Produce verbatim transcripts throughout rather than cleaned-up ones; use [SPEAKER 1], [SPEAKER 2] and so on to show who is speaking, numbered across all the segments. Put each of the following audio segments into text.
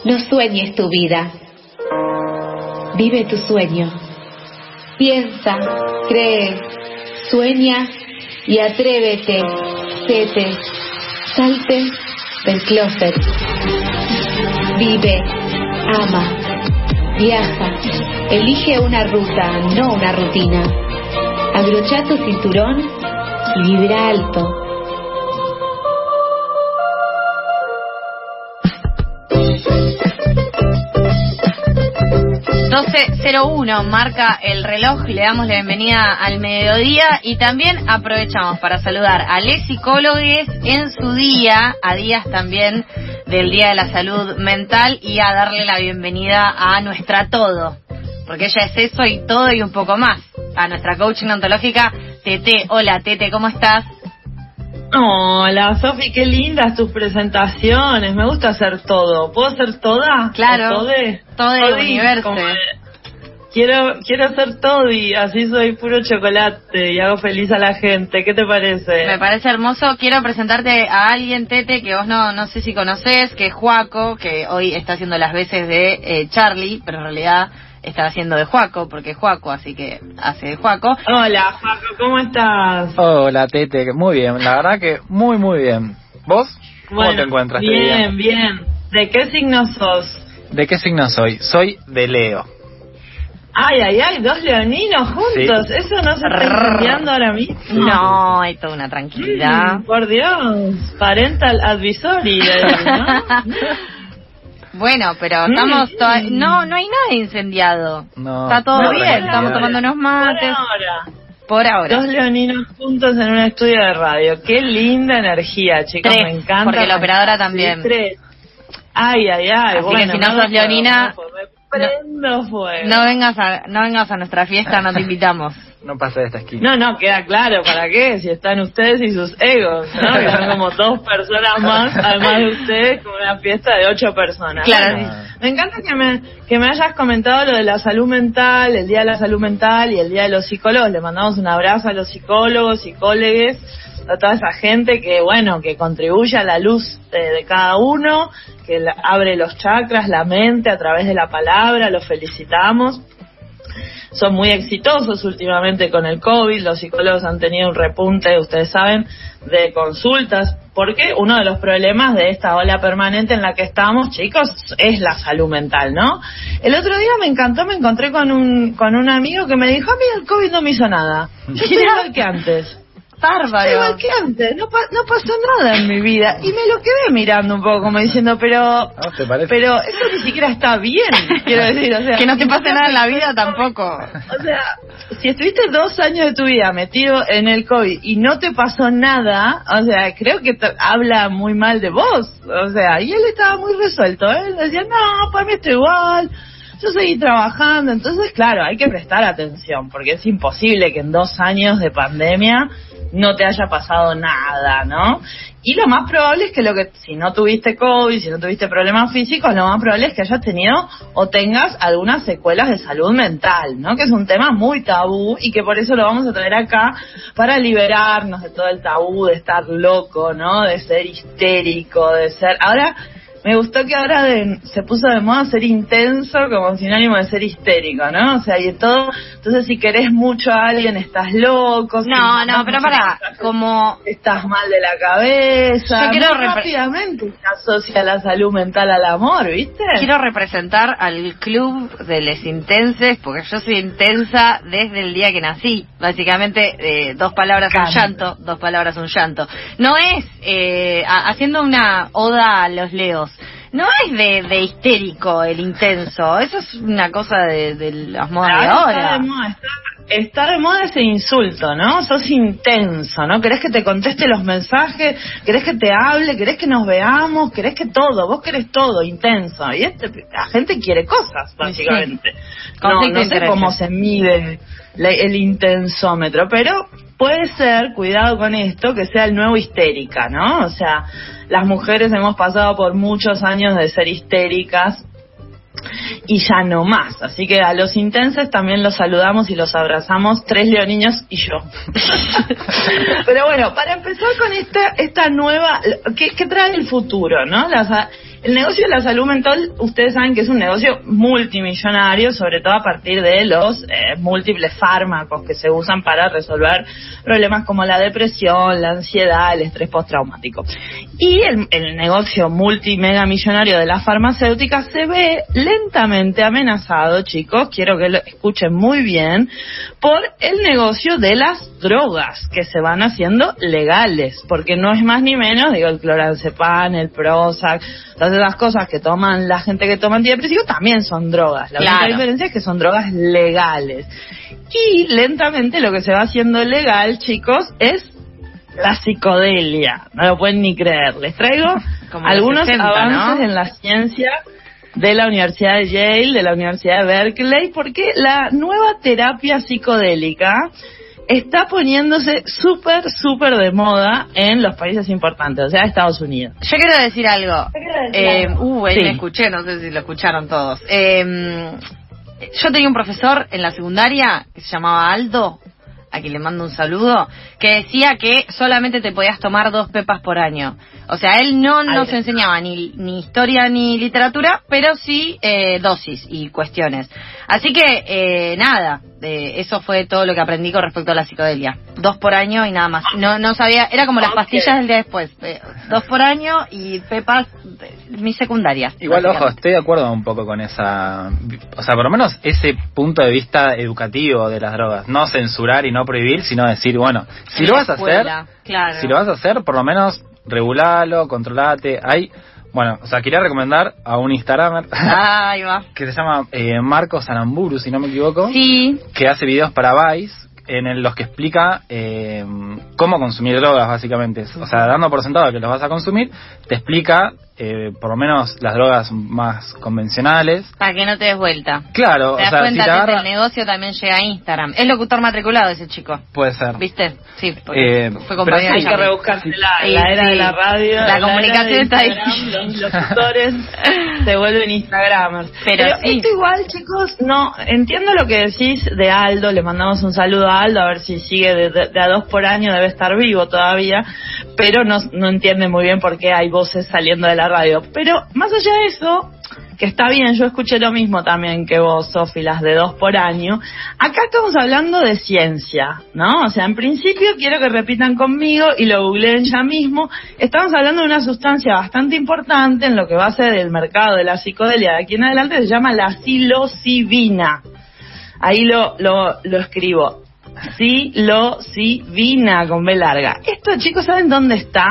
[SPEAKER 1] No sueñes tu vida. Vive tu sueño. Piensa, cree, sueña y atrévete, séte, salte del closet. Vive, ama, viaja, elige una ruta, no una rutina. Abrocha tu cinturón y vibra alto.
[SPEAKER 2] doce cero uno marca el reloj, le damos la bienvenida al mediodía y también aprovechamos para saludar a les psicólogos en su día, a días también del Día de la Salud Mental, y a darle la bienvenida a nuestra todo, porque ella es eso y todo y un poco más, a nuestra coaching ontológica, Tete. Hola Tete, ¿cómo estás?
[SPEAKER 3] Hola Sofi, qué lindas tus presentaciones, me gusta hacer todo. ¿Puedo ser toda?
[SPEAKER 2] Claro,
[SPEAKER 3] Tode?
[SPEAKER 2] todo el universo.
[SPEAKER 3] Como... Quiero quiero hacer todo y así soy puro chocolate y hago feliz a la gente. ¿Qué te parece?
[SPEAKER 2] Me parece hermoso. Quiero presentarte a alguien, Tete, que vos no no sé si conoces, que es Juaco, que hoy está haciendo las veces de eh, Charlie, pero en realidad está haciendo de Juaco, porque es Juaco, así que hace de Juaco.
[SPEAKER 3] Hola, Juaco, ¿cómo estás?
[SPEAKER 4] Hola, Tete, muy bien, la verdad que muy, muy bien. ¿Vos? ¿Cómo
[SPEAKER 3] bueno,
[SPEAKER 4] te encuentras?
[SPEAKER 3] Bien, bien. ¿De qué signo sos?
[SPEAKER 4] ¿De qué signo soy? Soy de Leo.
[SPEAKER 3] Ay, ay, ay, dos leoninos juntos. Sí. ¿Eso no se está incendiando ahora mismo?
[SPEAKER 2] No, hay toda una tranquilidad.
[SPEAKER 3] Mm, por Dios, parental advisory, ¿no?
[SPEAKER 2] Bueno, pero estamos toda... no no hay nada incendiado.
[SPEAKER 4] No,
[SPEAKER 2] está todo
[SPEAKER 4] no,
[SPEAKER 2] bien,
[SPEAKER 4] no,
[SPEAKER 2] estamos
[SPEAKER 4] no,
[SPEAKER 2] tomando unos mates.
[SPEAKER 3] Por ahora.
[SPEAKER 2] Por ahora.
[SPEAKER 3] Dos leoninos juntos en un estudio de radio. Qué linda energía, chicos,
[SPEAKER 2] tres,
[SPEAKER 3] me encanta.
[SPEAKER 2] Porque la operadora también.
[SPEAKER 3] Sí, tres. Ay, ay, ay.
[SPEAKER 2] Así
[SPEAKER 3] bueno,
[SPEAKER 2] que si no sos leonina,
[SPEAKER 3] me prendo fuego.
[SPEAKER 2] No vengas a no vengas a nuestra fiesta, no te invitamos.
[SPEAKER 4] No pase de esta esquina.
[SPEAKER 3] No, no, queda claro, ¿para qué? Si están ustedes y sus egos, ¿no? Que son como dos personas más, además de ustedes, como una fiesta de ocho personas.
[SPEAKER 2] Claro.
[SPEAKER 3] Bueno, me encanta que me que me hayas comentado lo de la salud mental, el Día de la Salud Mental y el Día de los Psicólogos. Le mandamos un abrazo a los psicólogos, psicólogues, a toda esa gente que, bueno, que contribuye a la luz de, de cada uno, que la, abre los chakras, la mente a través de la palabra. Los felicitamos. Son muy exitosos últimamente con el COVID, los psicólogos han tenido un repunte, ustedes saben, de consultas, porque uno de los problemas de esta ola permanente en la que estamos, chicos, es la salud mental, ¿no? El otro día me encantó, me encontré con un con un amigo que me dijo, a mí el COVID no me hizo nada, yo estoy igual que antes.
[SPEAKER 2] Bárbaro.
[SPEAKER 3] Igual que antes, no, pa- no pasó nada en mi vida. Y me lo quedé mirando un poco, como diciendo, pero
[SPEAKER 4] ¿No te parece?
[SPEAKER 3] pero eso ni siquiera está bien, quiero decir. O sea,
[SPEAKER 2] que no te pase
[SPEAKER 3] si
[SPEAKER 2] nada en la vida
[SPEAKER 3] estás-
[SPEAKER 2] tampoco.
[SPEAKER 3] O sea, si estuviste dos años de tu vida metido en el COVID y no te pasó nada, o sea, creo que te habla muy mal de vos. O sea, y él estaba muy resuelto, ¿eh? Él decía, no, para mí estoy igual, yo seguí trabajando. Entonces, claro, hay que prestar atención, porque es imposible que en dos años de pandemia no te haya pasado nada, ¿no? Y lo más probable es que lo que si no tuviste COVID, si no tuviste problemas físicos, lo más probable es que hayas tenido o tengas algunas secuelas de salud mental, ¿no? Que es un tema muy tabú y que por eso lo vamos a traer acá para liberarnos de todo el tabú de estar loco, ¿no? De ser histérico, de ser... Ahora... Me gustó que ahora de, se puso de moda ser intenso como sinónimo de ser histérico, ¿no? O sea, y todo, entonces si querés mucho a alguien estás loco.
[SPEAKER 2] No,
[SPEAKER 3] si
[SPEAKER 2] no, pero pará, como...
[SPEAKER 3] Estás mal de la cabeza.
[SPEAKER 2] Yo quiero
[SPEAKER 3] Muy
[SPEAKER 2] repre-
[SPEAKER 3] rápidamente se asocia la salud mental al amor, ¿viste?
[SPEAKER 2] Quiero representar al club de les intenses, porque yo soy intensa desde el día que nací. Básicamente, eh, dos palabras, un llanto, dos palabras, un llanto. No es, eh, a- haciendo una oda a los leos, no es de, de histérico el intenso, eso es una cosa de, de las modas de
[SPEAKER 3] Ahora
[SPEAKER 2] ahora.
[SPEAKER 3] Está de moda, está, está de moda ese insulto, ¿no? Sos intenso, ¿no? Querés que te conteste los mensajes, querés que te hable, querés que nos veamos, querés que todo, vos querés todo, intenso. Y este, la gente quiere cosas, básicamente.
[SPEAKER 2] Sí.
[SPEAKER 3] No,
[SPEAKER 2] Conflicto
[SPEAKER 3] no
[SPEAKER 2] de
[SPEAKER 3] sé
[SPEAKER 2] intereses.
[SPEAKER 3] cómo se mide la- el intensómetro, pero puede ser, cuidado con esto, que sea el nuevo histérica, ¿no? O sea, las mujeres hemos pasado por muchos años de ser histéricas y ya no más, así que a los intensos también los saludamos y los abrazamos, tres leoniños y yo. Pero bueno, para empezar con esta esta nueva, ¿qué, qué trae el futuro, no? Las, El negocio de la salud mental, ustedes saben que es un negocio multimillonario, sobre todo a partir de los eh, múltiples fármacos que se usan para resolver problemas como la depresión, la ansiedad, el estrés postraumático. Y el, el negocio multimegamillonario de las farmacéuticas se ve lentamente amenazado, chicos, quiero que lo escuchen muy bien, por el negocio de las drogas que se van haciendo legales, porque no es más ni menos, digo, el clorazepam, el Prozac, todas esas cosas que toman la gente que toma antidepresivos también son drogas. La
[SPEAKER 2] claro.
[SPEAKER 3] única diferencia es que son drogas legales. Y lentamente lo que se va haciendo legal, chicos, es la psicodelia. No lo pueden ni creer. Les traigo
[SPEAKER 2] Como
[SPEAKER 3] algunos
[SPEAKER 2] sesenta,
[SPEAKER 3] avances
[SPEAKER 2] ¿no?
[SPEAKER 3] en la ciencia de la Universidad de Yale, de la Universidad de Berkeley, porque la nueva terapia psicodélica está poniéndose súper, súper de moda en los países importantes, o sea, Estados Unidos.
[SPEAKER 2] Yo quiero decir algo. Eh, uh, ahí
[SPEAKER 3] Sí.
[SPEAKER 2] me escuché, no sé si lo escucharon todos. Eh, yo tenía un profesor en la secundaria que se llamaba Aldo, a quien le mando un saludo, que decía que solamente te podías tomar dos pepas por año. O sea, él no nos
[SPEAKER 3] Ay,
[SPEAKER 2] enseñaba ni, ni historia ni literatura, pero sí eh, dosis y cuestiones. Así que, eh, nada, eh, eso fue todo lo que aprendí con respecto a la psicodelia. Dos por año y nada más. No no sabía, era como las
[SPEAKER 3] Okay.
[SPEAKER 2] pastillas del día después. Eh, dos por año y pepas, eh, mis secundarias.
[SPEAKER 4] Igual, ojo,
[SPEAKER 2] básicamente.
[SPEAKER 4] estoy de acuerdo un poco con esa... O sea, por lo menos ese punto de vista educativo de las drogas. No censurar y no prohibir, sino decir, bueno, si
[SPEAKER 2] En
[SPEAKER 4] lo
[SPEAKER 2] la
[SPEAKER 4] vas a
[SPEAKER 2] escuela,
[SPEAKER 4] hacer,
[SPEAKER 2] claro.
[SPEAKER 4] si lo vas a hacer, por lo menos regulalo, controlate. Hay... Bueno, o sea, quería recomendar a un Instagramer
[SPEAKER 2] Ahí va.
[SPEAKER 4] que se llama eh, Marcos Aramburu, si no me equivoco,
[SPEAKER 2] Sí.
[SPEAKER 4] que hace videos para Vice en el- los que explica eh, cómo consumir drogas, básicamente. O sea, dando por sentado que los vas a consumir, te explica eh, por lo menos las drogas más convencionales.
[SPEAKER 2] Para que no te des vuelta.
[SPEAKER 4] Claro,
[SPEAKER 2] Te
[SPEAKER 4] o
[SPEAKER 2] das
[SPEAKER 4] sea, si
[SPEAKER 2] cuenta
[SPEAKER 4] te
[SPEAKER 2] que
[SPEAKER 4] agarra...
[SPEAKER 2] el negocio también llega a Instagram. Es locutor matriculado ese chico,
[SPEAKER 4] Puede ser.
[SPEAKER 2] ¿viste? Sí, porque
[SPEAKER 4] Eh,
[SPEAKER 2] fue compañero
[SPEAKER 3] Hay
[SPEAKER 2] de
[SPEAKER 3] que
[SPEAKER 2] Yami.
[SPEAKER 3] rebuscársela.
[SPEAKER 2] Sí,
[SPEAKER 3] La era
[SPEAKER 2] sí.
[SPEAKER 3] de la radio,
[SPEAKER 2] La
[SPEAKER 3] la era
[SPEAKER 2] comunicación
[SPEAKER 3] de
[SPEAKER 2] está ahí.
[SPEAKER 3] Instagram, los locutores se vuelven instagramers.
[SPEAKER 2] Pero sí.
[SPEAKER 3] esto igual, chicos, no, entiendo lo que decís de Aldo, le mandamos un saludo a Aldo, a ver si sigue de, de- de a dos por año, debe estar vivo todavía, pero no, no entiende muy bien por qué hay voces saliendo de la radio. Pero más allá de eso, que está bien, yo escuché lo mismo también que vos, Sofi, las de dos por año. Acá estamos hablando de ciencia, ¿no? O sea, en principio quiero que repitan conmigo y lo googleen ya mismo. Estamos hablando de una sustancia bastante importante en lo que va a ser el mercado de la psicodelia de aquí en adelante, se llama la psilocibina. Ahí lo, lo, lo escribo. Psilocibina con B larga. Esto, chicos, ¿saben dónde está?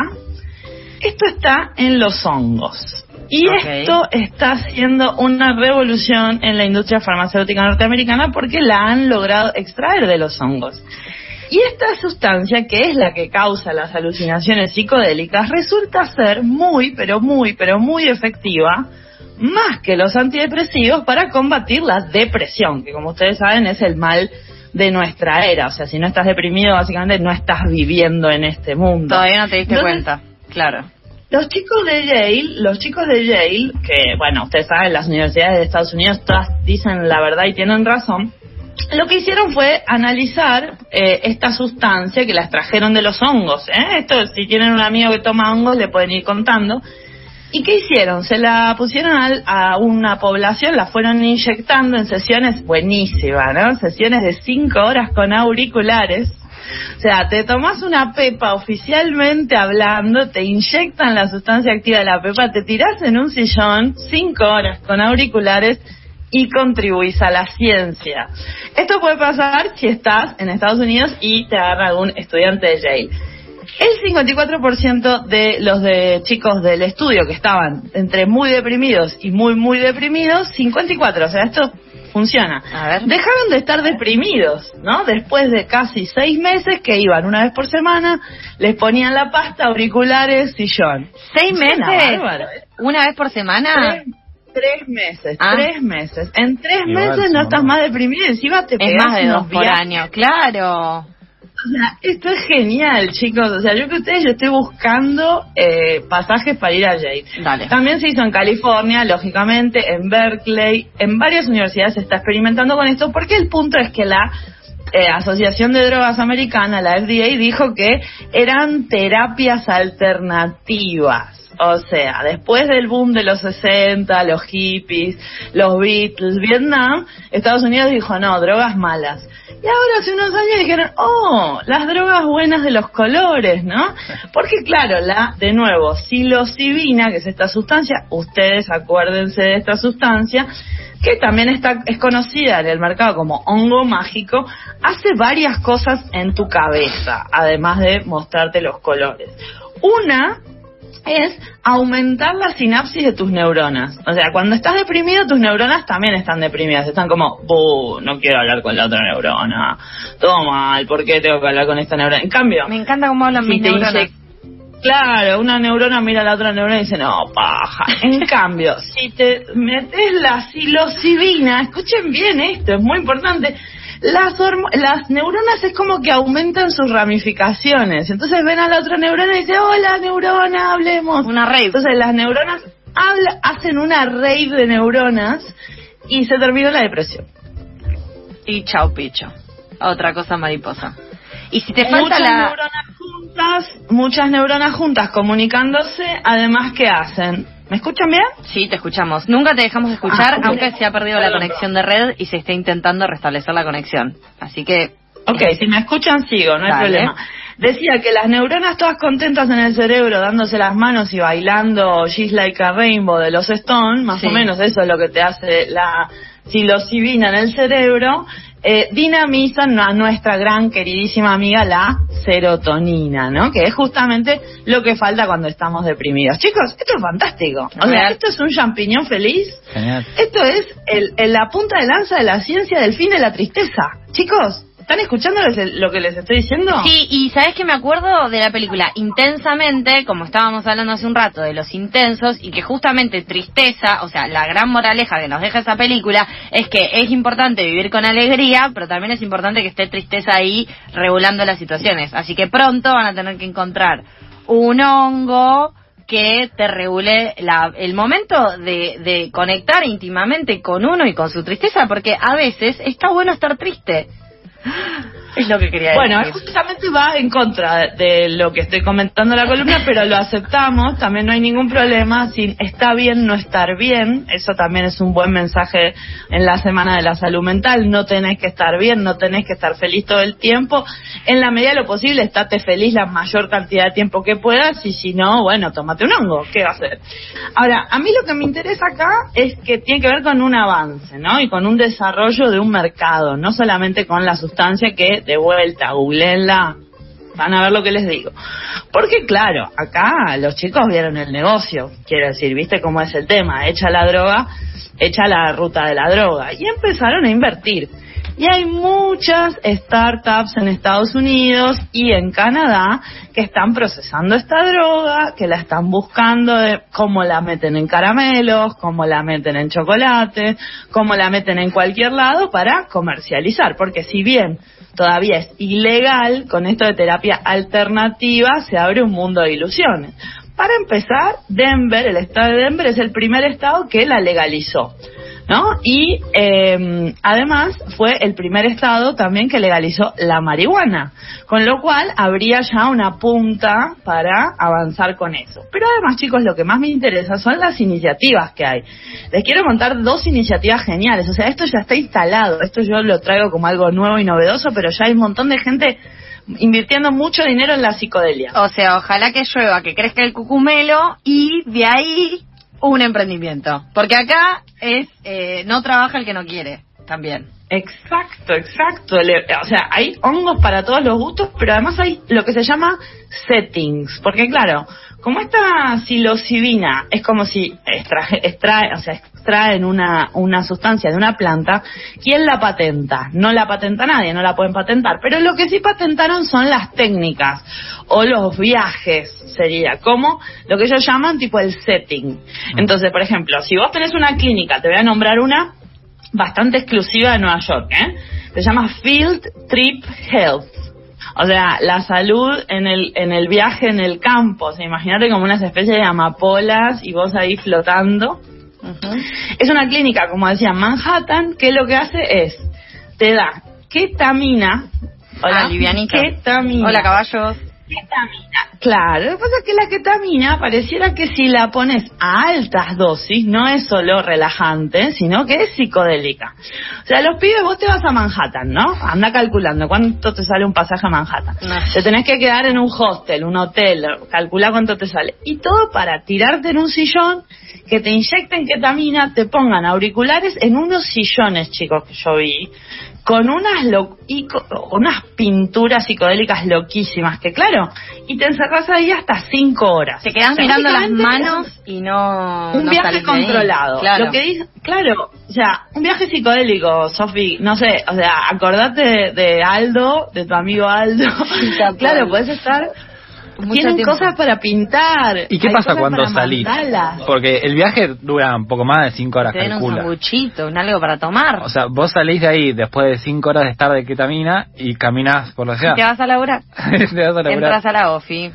[SPEAKER 3] Esto está en los hongos. Y
[SPEAKER 2] Ok.
[SPEAKER 3] esto está haciendo una revolución en la industria farmacéutica norteamericana porque la han logrado extraer de los hongos. Y esta sustancia, que es la que causa las alucinaciones psicodélicas, resulta ser muy, pero muy, pero muy efectiva, más que los antidepresivos, para combatir la depresión, que como ustedes saben es el mal de nuestra era. O sea, si no estás deprimido, básicamente no estás viviendo en este mundo.
[SPEAKER 2] Todavía no te diste
[SPEAKER 3] Entonces,
[SPEAKER 2] cuenta, claro.
[SPEAKER 3] Los chicos de Yale, los chicos de Yale, que bueno, ustedes saben, las universidades de Estados Unidos todas dicen la verdad y tienen razón, lo que hicieron fue analizar eh, esta sustancia que la extrajeron de los hongos. ¿eh? Esto, si tienen un amigo que toma hongos, le pueden ir contando. ¿Y qué hicieron? Se la pusieron al, a una población, la fueron inyectando en sesiones buenísimas, ¿no? Sesiones de cinco horas con auriculares. O sea, te tomás una pepa oficialmente hablando, te inyectan la sustancia activa de la pepa, te tirás en un sillón cinco horas con auriculares y contribuís a la ciencia. Esto puede pasar si estás en Estados Unidos y te agarra algún estudiante de Yale. El cincuenta y cuatro por ciento de los de chicos del estudio que estaban entre muy deprimidos y muy, muy deprimidos, cincuenta y cuatro, o sea, esto funciona.
[SPEAKER 2] A ver.
[SPEAKER 3] Dejaron de estar deprimidos, ¿no? Después de casi seis meses que iban una vez por semana, les ponían la pasta, auriculares, sillón.
[SPEAKER 2] ¿Seis
[SPEAKER 3] Suena
[SPEAKER 2] meses?
[SPEAKER 3] bárbaro, ¿eh?
[SPEAKER 2] ¿Una vez por semana?
[SPEAKER 3] Tres, tres meses,
[SPEAKER 2] Ah.
[SPEAKER 3] tres meses. En tres
[SPEAKER 4] Igual,
[SPEAKER 3] meses
[SPEAKER 4] sí,
[SPEAKER 3] no estás
[SPEAKER 4] mamá.
[SPEAKER 3] más deprimido, encima te
[SPEAKER 2] Es
[SPEAKER 3] pegás
[SPEAKER 2] más de
[SPEAKER 3] unos
[SPEAKER 2] dos por
[SPEAKER 3] viajes.
[SPEAKER 2] año, claro.
[SPEAKER 3] O sea, esto es genial, chicos. O sea, yo que ustedes, yo estoy buscando eh, pasajes para ir a Yale.
[SPEAKER 2] Dale.
[SPEAKER 3] También se hizo en California, lógicamente, en Berkeley, en varias universidades se está experimentando con esto, porque el punto es que la eh, Asociación de Drogas Americana, la F D A, dijo que eran terapias alternativas. O sea, después del boom de los sesenta, los hippies, los Beatles, Vietnam, Estados Unidos dijo, no, drogas malas. Y ahora hace unos años dijeron, oh, las drogas buenas de los colores, ¿no? Porque claro, la, de nuevo, psilocibina, que es esta sustancia, ustedes acuérdense de esta sustancia, que también está es conocida en el mercado como hongo mágico, hace varias cosas en tu cabeza, además de mostrarte los colores. Una es aumentar la sinapsis de tus neuronas. O sea, cuando estás deprimido, tus neuronas también están deprimidas. Están como, buh, no quiero hablar con la otra neurona. Todo mal, ¿por qué tengo que hablar con esta neurona? En cambio,
[SPEAKER 2] me encanta cómo hablan
[SPEAKER 3] si
[SPEAKER 2] mis neuronas.
[SPEAKER 3] Inyect... Claro, una neurona mira a la otra neurona y dice, no, paja. En cambio, si te metes la psilocibina, escuchen bien esto, es muy importante. Las, horm- las neuronas es como que aumentan sus ramificaciones. Entonces ven a la otra neurona y dicen, hola neurona, hablemos.
[SPEAKER 2] Una rave.
[SPEAKER 3] Entonces las neuronas habla- hacen una rave de neuronas y se termina la depresión.
[SPEAKER 2] Y chau picho. Otra cosa mariposa. Y si te falta
[SPEAKER 3] muchas
[SPEAKER 2] la...
[SPEAKER 3] neuronas juntas, muchas neuronas juntas comunicándose, además, ¿qué hacen? ¿Me escuchan bien?
[SPEAKER 2] Sí, te escuchamos. Nunca te dejamos de escuchar,
[SPEAKER 3] Ah,
[SPEAKER 2] aunque se ha perdido la conexión de red y se esté intentando restablecer la conexión. Así que...
[SPEAKER 3] Ok, si me escuchan sigo, no hay
[SPEAKER 2] Dale.
[SPEAKER 3] problema. Decía que las neuronas todas contentas en el cerebro, dándose las manos y bailando Just Like a Rainbow de los Stones, más
[SPEAKER 2] Sí.
[SPEAKER 3] o menos eso es lo que te hace la psilocibina en el cerebro, eh, dinamizan a nuestra gran queridísima amiga la serotonina, ¿no? Que es justamente lo que falta cuando estamos deprimidos. Chicos, esto es fantástico. O sea,
[SPEAKER 2] Real.
[SPEAKER 3] esto es un champiñón feliz.
[SPEAKER 4] Genial.
[SPEAKER 3] Esto es el, el- la punta de lanza de la ciencia del fin de la tristeza. Chicos, ¿están escuchando les- lo que les estoy diciendo?
[SPEAKER 2] Sí, y ¿sabes que me acuerdo de la película Intensamente, como estábamos hablando hace un rato, de los intensos, y que justamente tristeza, o sea, la gran moraleja que nos deja esa película, es que es importante vivir con alegría, pero también es importante que esté tristeza ahí regulando las situaciones. Así que pronto van a tener que encontrar un hongo que te regule la, el momento de, de conectar íntimamente con uno y con su tristeza, porque a veces está bueno estar triste. Es lo que quería
[SPEAKER 3] Bueno,
[SPEAKER 2] decir.
[SPEAKER 3] justamente va en contra de lo que estoy comentando en la columna, pero lo aceptamos, también no hay ningún problema. Si está bien no estar bien, eso también es un buen mensaje en la Semana de la Salud Mental. No tenés que estar bien, no tenés que estar feliz todo el tiempo. En la medida de lo posible, estate feliz la mayor cantidad de tiempo que puedas, y si no, bueno, tómate un hongo, ¿qué va a hacer? Ahora, a mí lo que me interesa acá es que tiene que ver con un avance, ¿no? Y con un desarrollo de un mercado, no solamente con la sustancia que, de vuelta, googleenla, van a ver lo que les digo. Porque claro, acá los chicos vieron el negocio, quiero decir, viste cómo es el tema, echa la droga, echa la ruta de la droga, y empezaron a invertir. Y hay muchas startups en Estados Unidos y en Canadá que están procesando esta droga, que la están buscando de cómo la meten en caramelos, cómo la meten en chocolate, cómo la meten en cualquier lado para comercializar. Porque si bien todavía es ilegal, con esto de terapia alternativa se abre un mundo de ilusiones. Para empezar, Denver, el estado de Denver es el primer estado que la legalizó, ¿no? Y eh, además fue el primer estado también que legalizó la marihuana, con lo cual habría ya una punta para avanzar con eso. Pero además, chicos, lo que más me interesa son las iniciativas que hay. Les quiero contar dos iniciativas geniales. O sea, esto ya está instalado, esto yo lo traigo como algo nuevo y novedoso, pero ya hay un montón de gente invirtiendo mucho dinero en la psicodelia.
[SPEAKER 2] O sea, ojalá que llueva, que crezca el cucumelo y de ahí un emprendimiento. Porque acá es eh, no trabaja el que no quiere, también.
[SPEAKER 3] Exacto, exacto. Le- o sea, hay hongos para todos los gustos, pero además hay lo que se llama settings. Porque claro, como esta psilocibina es como si extraje, extrae, o sea, extraen una, una sustancia de una planta, ¿quién la patenta? No la patenta nadie, no la pueden patentar. Pero lo que sí patentaron son las técnicas o los viajes, sería como lo que ellos llaman tipo el setting. Entonces, por ejemplo, si vos tenés una clínica, te voy a nombrar una bastante exclusiva de Nueva York, ¿eh? Se llama Field Trip Health. O sea, la salud en el en el viaje en el campo. O sea, imagínate como unas especies de amapolas y vos ahí flotando.
[SPEAKER 2] Uh-huh.
[SPEAKER 3] Es una clínica, como decía, Manhattan, que lo que hace es, te da ketamina. Hola,
[SPEAKER 2] Ah, livianito.
[SPEAKER 3] ketamina.
[SPEAKER 2] Hola, caballos.
[SPEAKER 3] ketamina. Claro, lo que pasa es que la ketamina pareciera que si la pones a altas dosis no es solo relajante, sino que es psicodélica. O sea, los pibes, vos te vas a Manhattan, ¿no? Anda calculando cuánto te sale un pasaje a Manhattan. No. Te tenés que quedar en un hostel, un hotel, calculá cuánto te sale. Y todo para tirarte en un sillón, que te inyecten ketamina, te pongan auriculares en unos sillones, chicos, que yo vi, con unas lo- y con unas pinturas psicodélicas loquísimas, que claro, y te encerrás ahí hasta cinco horas.
[SPEAKER 2] Te quedás
[SPEAKER 3] o sea,
[SPEAKER 2] mirando las manos y no...
[SPEAKER 3] Un
[SPEAKER 2] no
[SPEAKER 3] viaje controlado.
[SPEAKER 2] Claro.
[SPEAKER 3] Lo que dice, claro, o sea, un viaje psicodélico, Sofi, no sé, o sea, acordate de, de Aldo, de tu amigo Aldo. Claro, puedes estar...
[SPEAKER 2] Mucho
[SPEAKER 3] Tienen
[SPEAKER 2] tiempo.
[SPEAKER 3] cosas para pintar.
[SPEAKER 4] ¿Y qué
[SPEAKER 3] hay
[SPEAKER 4] pasa
[SPEAKER 3] cosas
[SPEAKER 4] cuando
[SPEAKER 3] para
[SPEAKER 4] salís?
[SPEAKER 3] mandalas.
[SPEAKER 4] Porque el viaje dura un poco más de cinco horas,
[SPEAKER 2] Te den un
[SPEAKER 4] calcula.
[SPEAKER 2] sanguchito, un algo para tomar.
[SPEAKER 4] O sea, vos salís de ahí después de cinco horas de estar de ketamina y caminás por la ciudad.
[SPEAKER 2] Te vas a laburar.
[SPEAKER 4] Te vas a laburar.
[SPEAKER 2] Entras a la ofi.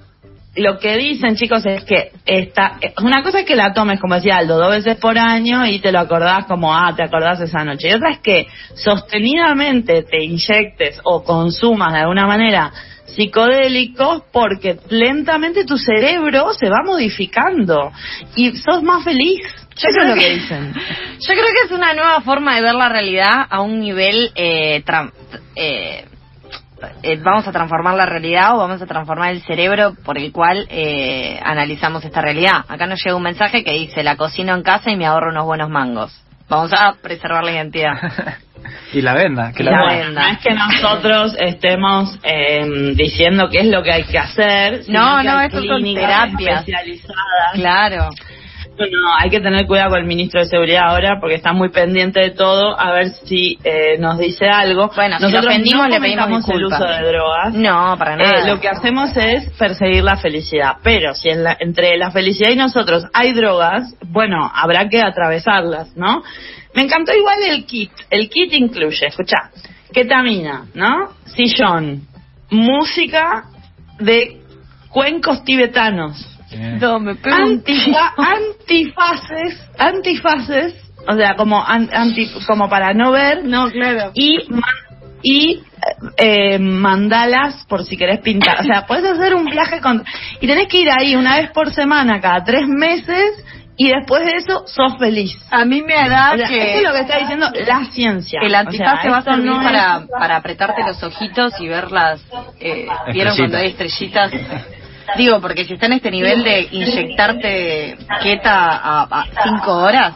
[SPEAKER 3] Lo que dicen, chicos, es que esta, una cosa es que la tomes, como decía Aldo, dos veces por año y te lo acordás como, ah, te acordás esa noche. Y otra es que sostenidamente te inyectes o consumas de alguna manera psicodélicos, porque lentamente tu cerebro se va modificando y sos más feliz.
[SPEAKER 2] Yo
[SPEAKER 3] Eso
[SPEAKER 2] creo
[SPEAKER 3] es lo
[SPEAKER 2] que-
[SPEAKER 3] que dicen.
[SPEAKER 2] Yo creo que es una nueva forma de ver la realidad a un nivel... Eh, tram- eh, eh, vamos a transformar la realidad o vamos a transformar el cerebro por el cual eh, analizamos esta realidad. Acá nos llega un mensaje que dice: la cocino en casa y me ahorro unos buenos mangos. Vamos a preservar la identidad.
[SPEAKER 4] Y la venda, que
[SPEAKER 2] Y
[SPEAKER 4] la,
[SPEAKER 2] la
[SPEAKER 4] venda.
[SPEAKER 2] venda.
[SPEAKER 3] No es que nosotros estemos eh, diciendo qué es lo que hay que hacer. sino
[SPEAKER 2] No,
[SPEAKER 3] que
[SPEAKER 2] no,
[SPEAKER 3] hay
[SPEAKER 2] eso son
[SPEAKER 3] clínicas
[SPEAKER 2] terapias.
[SPEAKER 3] especializadas.
[SPEAKER 2] Claro.
[SPEAKER 3] No, no, hay que tener cuidado con el ministro de Seguridad ahora porque está muy pendiente de todo, a ver si eh, nos dice algo.
[SPEAKER 2] Bueno, si lo
[SPEAKER 3] Nosotros
[SPEAKER 2] ofendimos,
[SPEAKER 3] no
[SPEAKER 2] le pedimos
[SPEAKER 3] fomentamos el
[SPEAKER 2] disculpas.
[SPEAKER 3] uso de drogas.
[SPEAKER 2] No, para nada.
[SPEAKER 3] Eh, lo que hacemos es perseguir la felicidad, pero si en la- entre la felicidad y nosotros hay drogas, bueno, habrá que atravesarlas, ¿no? Me encantó igual el kit. El kit incluye, escuchá, ketamina, ¿no? Sillón, música de cuencos tibetanos.
[SPEAKER 4] Bien.
[SPEAKER 2] No, me pego un
[SPEAKER 3] Antifa- antifaces, antifaces, o sea, como an- anti, como para no ver,
[SPEAKER 2] No, claro.
[SPEAKER 3] y ma- y eh, mandalas por si querés pintar, o sea, puedes hacer un viaje con y tenés que ir ahí una vez por semana cada tres meses y después de eso sos feliz.
[SPEAKER 2] A mí me da
[SPEAKER 3] O sea,
[SPEAKER 2] que...
[SPEAKER 3] eso es lo que está diciendo la ciencia.
[SPEAKER 2] El
[SPEAKER 3] O
[SPEAKER 2] antifaz
[SPEAKER 3] sea,
[SPEAKER 2] te va a
[SPEAKER 3] esto
[SPEAKER 2] servir
[SPEAKER 3] no es-
[SPEAKER 2] para, para apretarte los ojitos y ver las... Eh, ¿Vieron
[SPEAKER 4] Estrellitas.
[SPEAKER 2] cuando hay estrellitas? Digo, porque si está en este nivel de inyectarte queta a, a cinco horas...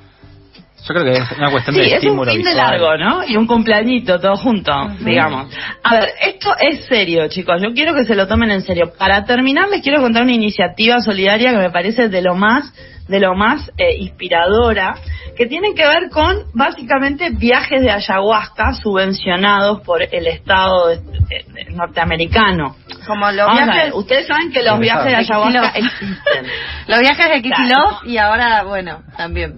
[SPEAKER 4] Yo creo que es una cuestión
[SPEAKER 3] Sí,
[SPEAKER 4] de
[SPEAKER 3] es un
[SPEAKER 4] estímulo
[SPEAKER 3] fin de
[SPEAKER 4] visual.
[SPEAKER 3] largo, ¿no? Y un cumpleañito, todo junto, digamos. A ver, esto es serio, chicos. Yo quiero que se lo tomen en serio. Para terminar, les quiero contar una iniciativa solidaria que me parece de lo más, de lo más eh, inspiradora, que tiene que ver con, básicamente, viajes de ayahuasca subvencionados por el Estado de- de- de- norteamericano.
[SPEAKER 2] Como los
[SPEAKER 3] Vamos a
[SPEAKER 2] viajes...
[SPEAKER 3] ver, ustedes saben que los
[SPEAKER 4] Sí,
[SPEAKER 3] viajes de
[SPEAKER 2] de
[SPEAKER 3] ayahuasca
[SPEAKER 2] Kicillof.
[SPEAKER 3] existen.
[SPEAKER 2] Los viajes de Kitty
[SPEAKER 3] Claro.
[SPEAKER 2] Love y ahora, bueno, también.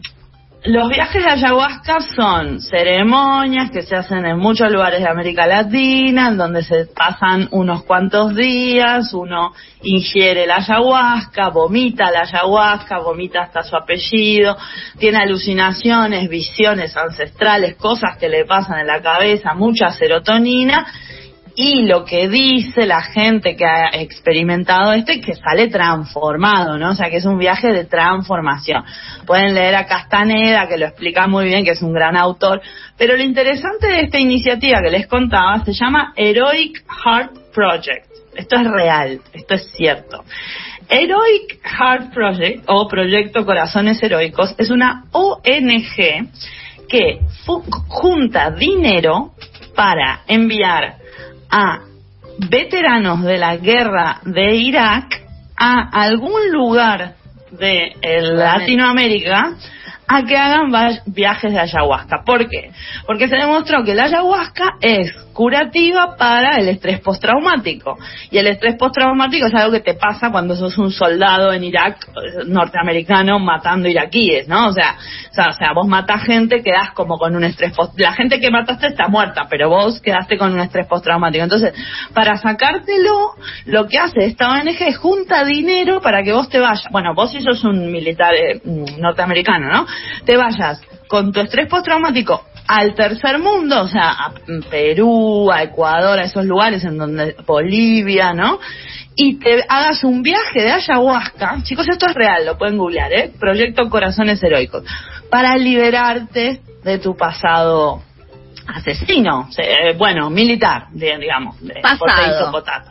[SPEAKER 3] Los viajes de ayahuasca son ceremonias que se hacen en muchos lugares de América Latina, en donde se pasan unos cuantos días, uno ingiere la ayahuasca, vomita la ayahuasca, vomita hasta su apellido, tiene alucinaciones, visiones ancestrales, cosas que le pasan en la cabeza, mucha serotonina. Y lo que dice la gente que ha experimentado esto es que sale transformado, ¿no? O sea, que es un viaje de transformación. Pueden leer a Castaneda, que lo explica muy bien, que es un gran autor. Pero lo interesante de esta iniciativa que les contaba se llama Heroic Heart Project. Esto es real, esto es cierto. Heroic Heart Project, o Proyecto Corazones Heroicos, es una O N G que fu- junta dinero para enviar a veteranos de la guerra de Irak a algún lugar de eh, Latinoamérica a que hagan va- viajes de ayahuasca. ¿Por qué? Porque se demostró que la ayahuasca es curativa para el estrés postraumático. Y el estrés postraumático es algo que te pasa cuando sos un soldado en Irak eh, norteamericano matando iraquíes, ¿no? O sea, o sea, o sea, vos matás gente, quedás como con un estrés post... La gente que mataste está muerta, pero vos quedaste con un estrés postraumático. Entonces, para sacártelo, lo que hace esta O N G es junta dinero para que vos te vayas. Bueno, vos si sos un militar eh, norteamericano, ¿no? Te vayas con tu estrés postraumático al tercer mundo, o sea, a Perú, a Ecuador, a esos lugares en donde, Bolivia, ¿no? Y te hagas un viaje de ayahuasca, chicos, esto es real, lo pueden googlear, ¿eh? Proyecto Corazones Heroicos, para liberarte de tu pasado asesino, eh, bueno, militar, digamos, de,
[SPEAKER 2] pasado.
[SPEAKER 3] Potato.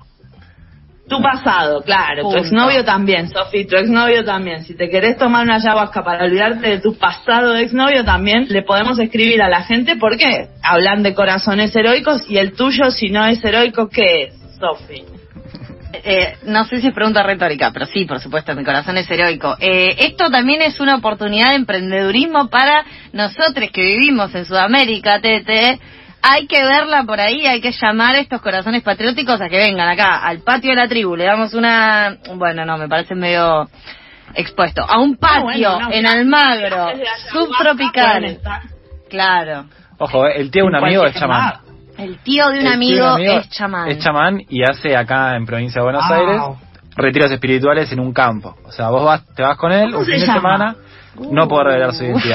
[SPEAKER 3] Tu pasado, claro,
[SPEAKER 2] Punto.
[SPEAKER 3] Tu exnovio también, Sofi, tu exnovio también. Si te querés tomar una ayahuasca para olvidarte de tu pasado exnovio también, le podemos escribir a la gente porque hablan de corazones heroicos y el tuyo, si no es heroico, ¿qué es, Sofi?
[SPEAKER 2] Eh, no sé si es pregunta retórica, pero sí, por supuesto, mi corazón es heroico. Eh, esto también es una oportunidad de emprendedurismo para nosotros que vivimos en Sudamérica, Tete. Hay que verla por ahí, hay que llamar a estos corazones patrióticos a que vengan acá, al patio de la tribu. Le damos una... Bueno, no, me parece medio expuesto. A un patio,
[SPEAKER 3] ah, bueno, no,
[SPEAKER 2] en
[SPEAKER 3] no,
[SPEAKER 2] Almagro,
[SPEAKER 3] no,
[SPEAKER 2] subtropical. Claro.
[SPEAKER 4] Ojo, eh, el tío de un amigo es chamán.
[SPEAKER 2] El tío de un
[SPEAKER 4] El
[SPEAKER 2] amigo,
[SPEAKER 4] tío de un amigo
[SPEAKER 2] es chamán.
[SPEAKER 4] Es chamán y hace acá en Provincia de Buenos
[SPEAKER 3] Wow.
[SPEAKER 4] Aires retiros espirituales en un campo. O sea, vos vas, te vas con él un
[SPEAKER 3] se
[SPEAKER 4] fin de
[SPEAKER 3] llama?
[SPEAKER 4] semana, no puedo revelar su identidad.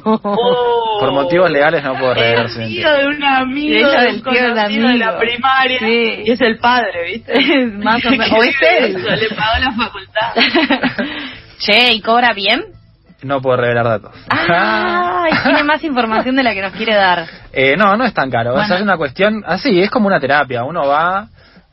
[SPEAKER 3] Oh,
[SPEAKER 4] Por motivos legales no puedo revelar su
[SPEAKER 3] el tío
[SPEAKER 4] identidad.
[SPEAKER 3] de un amigo,
[SPEAKER 2] Sí,
[SPEAKER 3] de
[SPEAKER 2] del
[SPEAKER 3] un
[SPEAKER 2] tío del
[SPEAKER 3] conocido de la
[SPEAKER 2] amigo.
[SPEAKER 3] primaria,
[SPEAKER 2] Sí.
[SPEAKER 3] y es el padre, ¿viste?
[SPEAKER 2] Más o menos. O es él.
[SPEAKER 3] Eso, le pagó la facultad.
[SPEAKER 2] Che, ¿y cobra bien?
[SPEAKER 4] No puedo revelar datos.
[SPEAKER 2] Ah, y tiene más información de la que nos quiere dar.
[SPEAKER 4] Eh, no, no es tan caro.
[SPEAKER 3] Bueno.
[SPEAKER 4] O sea, es una cuestión así, es como una terapia. Uno va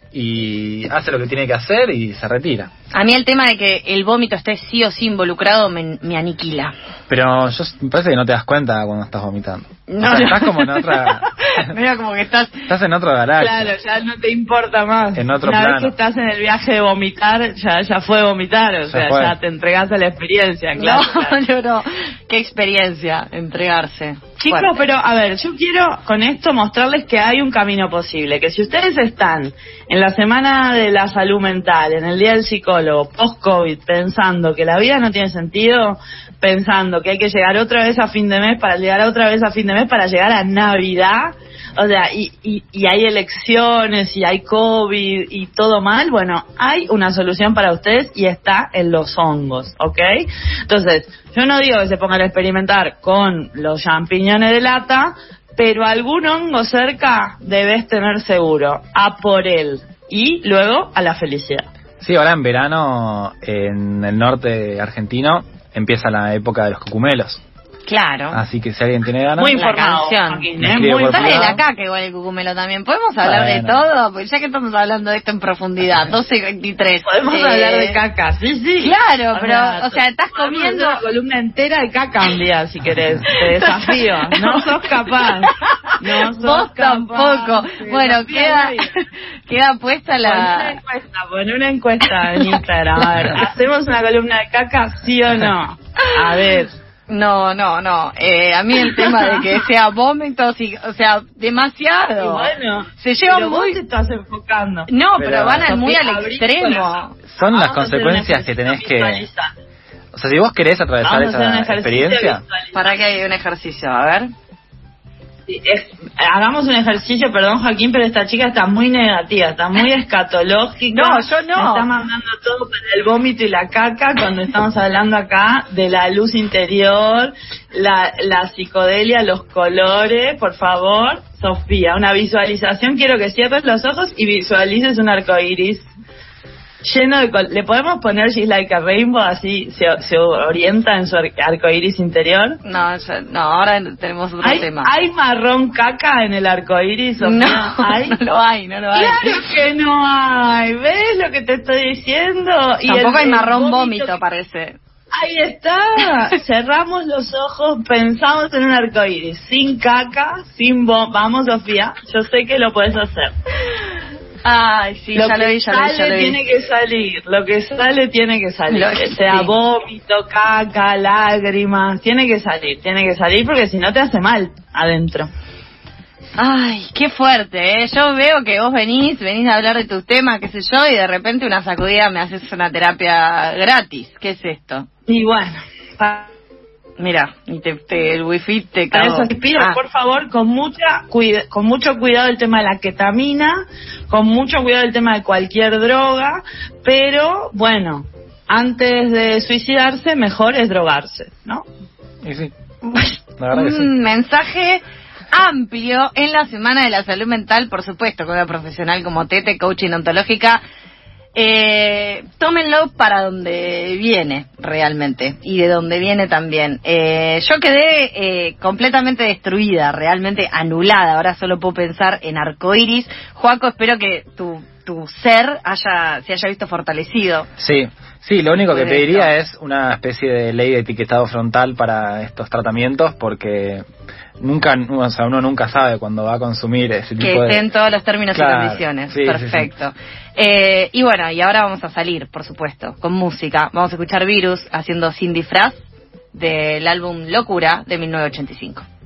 [SPEAKER 4] y hace lo que tiene que hacer y se retira.
[SPEAKER 2] A mí el tema de que el vómito esté sí o sí involucrado me, me aniquila.
[SPEAKER 4] Pero yo me parece que no te das cuenta cuando estás vomitando.
[SPEAKER 2] No,
[SPEAKER 4] o sea,
[SPEAKER 2] no.
[SPEAKER 4] estás como en otra...
[SPEAKER 2] Mira como que estás...
[SPEAKER 4] Estás en otro garaje.
[SPEAKER 3] Claro, ya no te importa más.
[SPEAKER 4] En otro
[SPEAKER 3] Una
[SPEAKER 4] plano.
[SPEAKER 3] vez que estás en el viaje de vomitar, ya ya fue vomitar, o
[SPEAKER 4] Ya
[SPEAKER 3] sea,
[SPEAKER 4] fue.
[SPEAKER 3] ya te entregaste a la experiencia, claro.
[SPEAKER 2] No,
[SPEAKER 3] claro.
[SPEAKER 2] yo no. Qué experiencia entregarse.
[SPEAKER 3] Chicos,
[SPEAKER 2] Fuerte.
[SPEAKER 3] pero a ver, yo quiero con esto mostrarles que hay un camino posible, que si ustedes están en la semana de la salud mental, en el día del psicólogo, post-COVID, pensando que la vida no tiene sentido, pensando que hay que llegar otra vez a fin de mes para llegar otra vez a fin de mes para llegar a Navidad, o sea, y, y, y hay elecciones y hay COVID y todo mal, bueno, hay una solución para ustedes y está en los hongos, ¿ok? Entonces, yo no digo que se pongan a experimentar con los champiñones de lata, pero algún hongo cerca debes tener seguro, a por él, y luego a la felicidad.
[SPEAKER 4] Sí, ahora en verano, en el norte argentino, empieza la época de los cucumelos.
[SPEAKER 2] Claro.
[SPEAKER 4] Así que si alguien tiene ganas...
[SPEAKER 3] Muy
[SPEAKER 2] La
[SPEAKER 3] informado,
[SPEAKER 2] canción.
[SPEAKER 3] Joaquín,
[SPEAKER 4] Me
[SPEAKER 3] ¿eh?
[SPEAKER 4] escribe
[SPEAKER 3] Muy
[SPEAKER 4] por
[SPEAKER 2] Sale de
[SPEAKER 4] privado.
[SPEAKER 2] la caca igual el cucumelo también. ¿Podemos hablar de
[SPEAKER 4] Bueno.
[SPEAKER 2] todo? Pues ya que estamos hablando de esto en profundidad, doce y veintitrés.
[SPEAKER 3] Podemos
[SPEAKER 2] Eh,
[SPEAKER 3] hablar de caca, sí, sí.
[SPEAKER 2] Claro, pero,
[SPEAKER 3] sea,
[SPEAKER 2] o sea, estás
[SPEAKER 3] podemos
[SPEAKER 2] comiendo...
[SPEAKER 3] hacer una columna entera de caca un día, si querés. Te desafío. No sos capaz. No sos
[SPEAKER 2] Vos
[SPEAKER 3] capaz.
[SPEAKER 2] tampoco.
[SPEAKER 3] Te
[SPEAKER 2] Bueno,
[SPEAKER 3] desafío
[SPEAKER 2] queda,
[SPEAKER 3] a nadie.
[SPEAKER 2] queda puesta
[SPEAKER 3] Pon una
[SPEAKER 2] la...
[SPEAKER 3] encuesta, pon una encuesta en Instagram. A ver, ¿hacemos una columna de caca, sí o no? A ver.
[SPEAKER 2] No, no, no. Eh, a mí el tema de que sea vómito, sí, o sea, demasiado.
[SPEAKER 3] Y bueno,
[SPEAKER 2] se lleva
[SPEAKER 3] pero
[SPEAKER 2] muy...
[SPEAKER 3] vos te estás enfocando.
[SPEAKER 2] No, pero,
[SPEAKER 4] Pero,
[SPEAKER 2] van al- muy
[SPEAKER 3] Sofía,
[SPEAKER 2] al
[SPEAKER 3] abrí
[SPEAKER 2] extremo.
[SPEAKER 3] corazón.
[SPEAKER 4] Son las
[SPEAKER 3] Vamos a hacer un
[SPEAKER 4] consecuencias que tenés
[SPEAKER 3] ejercicio
[SPEAKER 4] que...
[SPEAKER 3] visualizar.
[SPEAKER 4] O sea, si vos querés atravesar
[SPEAKER 3] Vamos a hacer un
[SPEAKER 4] esa
[SPEAKER 3] ejercicio
[SPEAKER 4] experiencia...
[SPEAKER 3] visualizar.
[SPEAKER 2] Para que hay un ejercicio, a ver.
[SPEAKER 3] Sí, es- hagamos un ejercicio, perdón Joaquín, pero esta chica está muy negativa, está muy escatológica.
[SPEAKER 2] No, yo no.
[SPEAKER 3] Me está mandando todo para el vómito y la caca cuando estamos hablando acá de la luz interior, la, la psicodelia, los colores. Por favor, Sofía, una visualización. Quiero que cierres los ojos y visualices un arco iris lleno de col- ¿Le podemos poner She's Like a Rainbow? Así se, se orienta en su ar- arco iris interior.
[SPEAKER 2] No, yo- no, ahora tenemos otro
[SPEAKER 3] ¿Hay,
[SPEAKER 2] tema.
[SPEAKER 3] ¿Hay marrón caca en el arco iris?
[SPEAKER 2] no,
[SPEAKER 3] ¿Hay?
[SPEAKER 2] no lo hay, no lo hay.
[SPEAKER 3] Claro que no hay. ¿Ves lo que te estoy diciendo? Y
[SPEAKER 2] Tampoco
[SPEAKER 3] el-
[SPEAKER 2] hay
[SPEAKER 3] el
[SPEAKER 2] marrón vómito,
[SPEAKER 3] que-
[SPEAKER 2] parece.
[SPEAKER 3] Ahí está. Cerramos los ojos, pensamos en un arco iris. Sin caca, sin vómito. Vamos, Sofía. Yo sé que lo puedes hacer.
[SPEAKER 2] Ay, sí,
[SPEAKER 3] lo
[SPEAKER 2] ya
[SPEAKER 3] que
[SPEAKER 2] lo vi, ya lo vi, ya
[SPEAKER 3] sale
[SPEAKER 2] lo vi.
[SPEAKER 3] tiene que salir. Lo que sale tiene que salir.
[SPEAKER 2] Lo que-
[SPEAKER 3] sea
[SPEAKER 2] sí.
[SPEAKER 3] vómito, caca, lágrimas. Tiene que salir. Tiene que salir porque si no te hace mal adentro.
[SPEAKER 2] Ay, qué fuerte, ¿eh? Yo veo que vos venís, venís a hablar de tus temas, qué sé yo, y de repente una sacudida me haces una terapia gratis. ¿Qué es esto?
[SPEAKER 3] Y bueno, pa-
[SPEAKER 2] Mira, y te, te- el wifi te
[SPEAKER 3] para
[SPEAKER 2] cagó.
[SPEAKER 3] eso te pido,
[SPEAKER 2] Ah,
[SPEAKER 3] por favor, con mucha cuida- con mucho cuidado el tema de la ketamina, con mucho cuidado el tema de cualquier droga, pero bueno, antes de suicidarse, mejor es drogarse, ¿no?
[SPEAKER 4] Y sí, la verdad que sí.
[SPEAKER 2] un mensaje amplio en la Semana de la Salud Mental, por supuesto, con una profesional como Tete, coaching ontológica. Eh, tómenlo para donde viene realmente y de donde viene también. Eh, yo quedé eh, completamente destruida, realmente anulada. Ahora solo puedo pensar en arcoiris. Joaco, espero que tu tu ser haya se haya visto fortalecido.
[SPEAKER 4] Sí, sí. Lo único que
[SPEAKER 2] Por
[SPEAKER 4] pediría
[SPEAKER 2] esto.
[SPEAKER 4] es una especie de ley de etiquetado frontal para estos tratamientos, porque nunca, o sea, uno nunca sabe cuando va a consumir ese
[SPEAKER 2] Que
[SPEAKER 4] tipo de...
[SPEAKER 2] estén todos los términos
[SPEAKER 4] Claro,
[SPEAKER 2] y condiciones.
[SPEAKER 4] sí,
[SPEAKER 2] Perfecto. Sí, sí. Eh, y bueno, y ahora vamos a salir, por supuesto, con música. Vamos a escuchar Virus haciendo Sin Disfraz del álbum Locura de mil novecientos ochenta y cinco.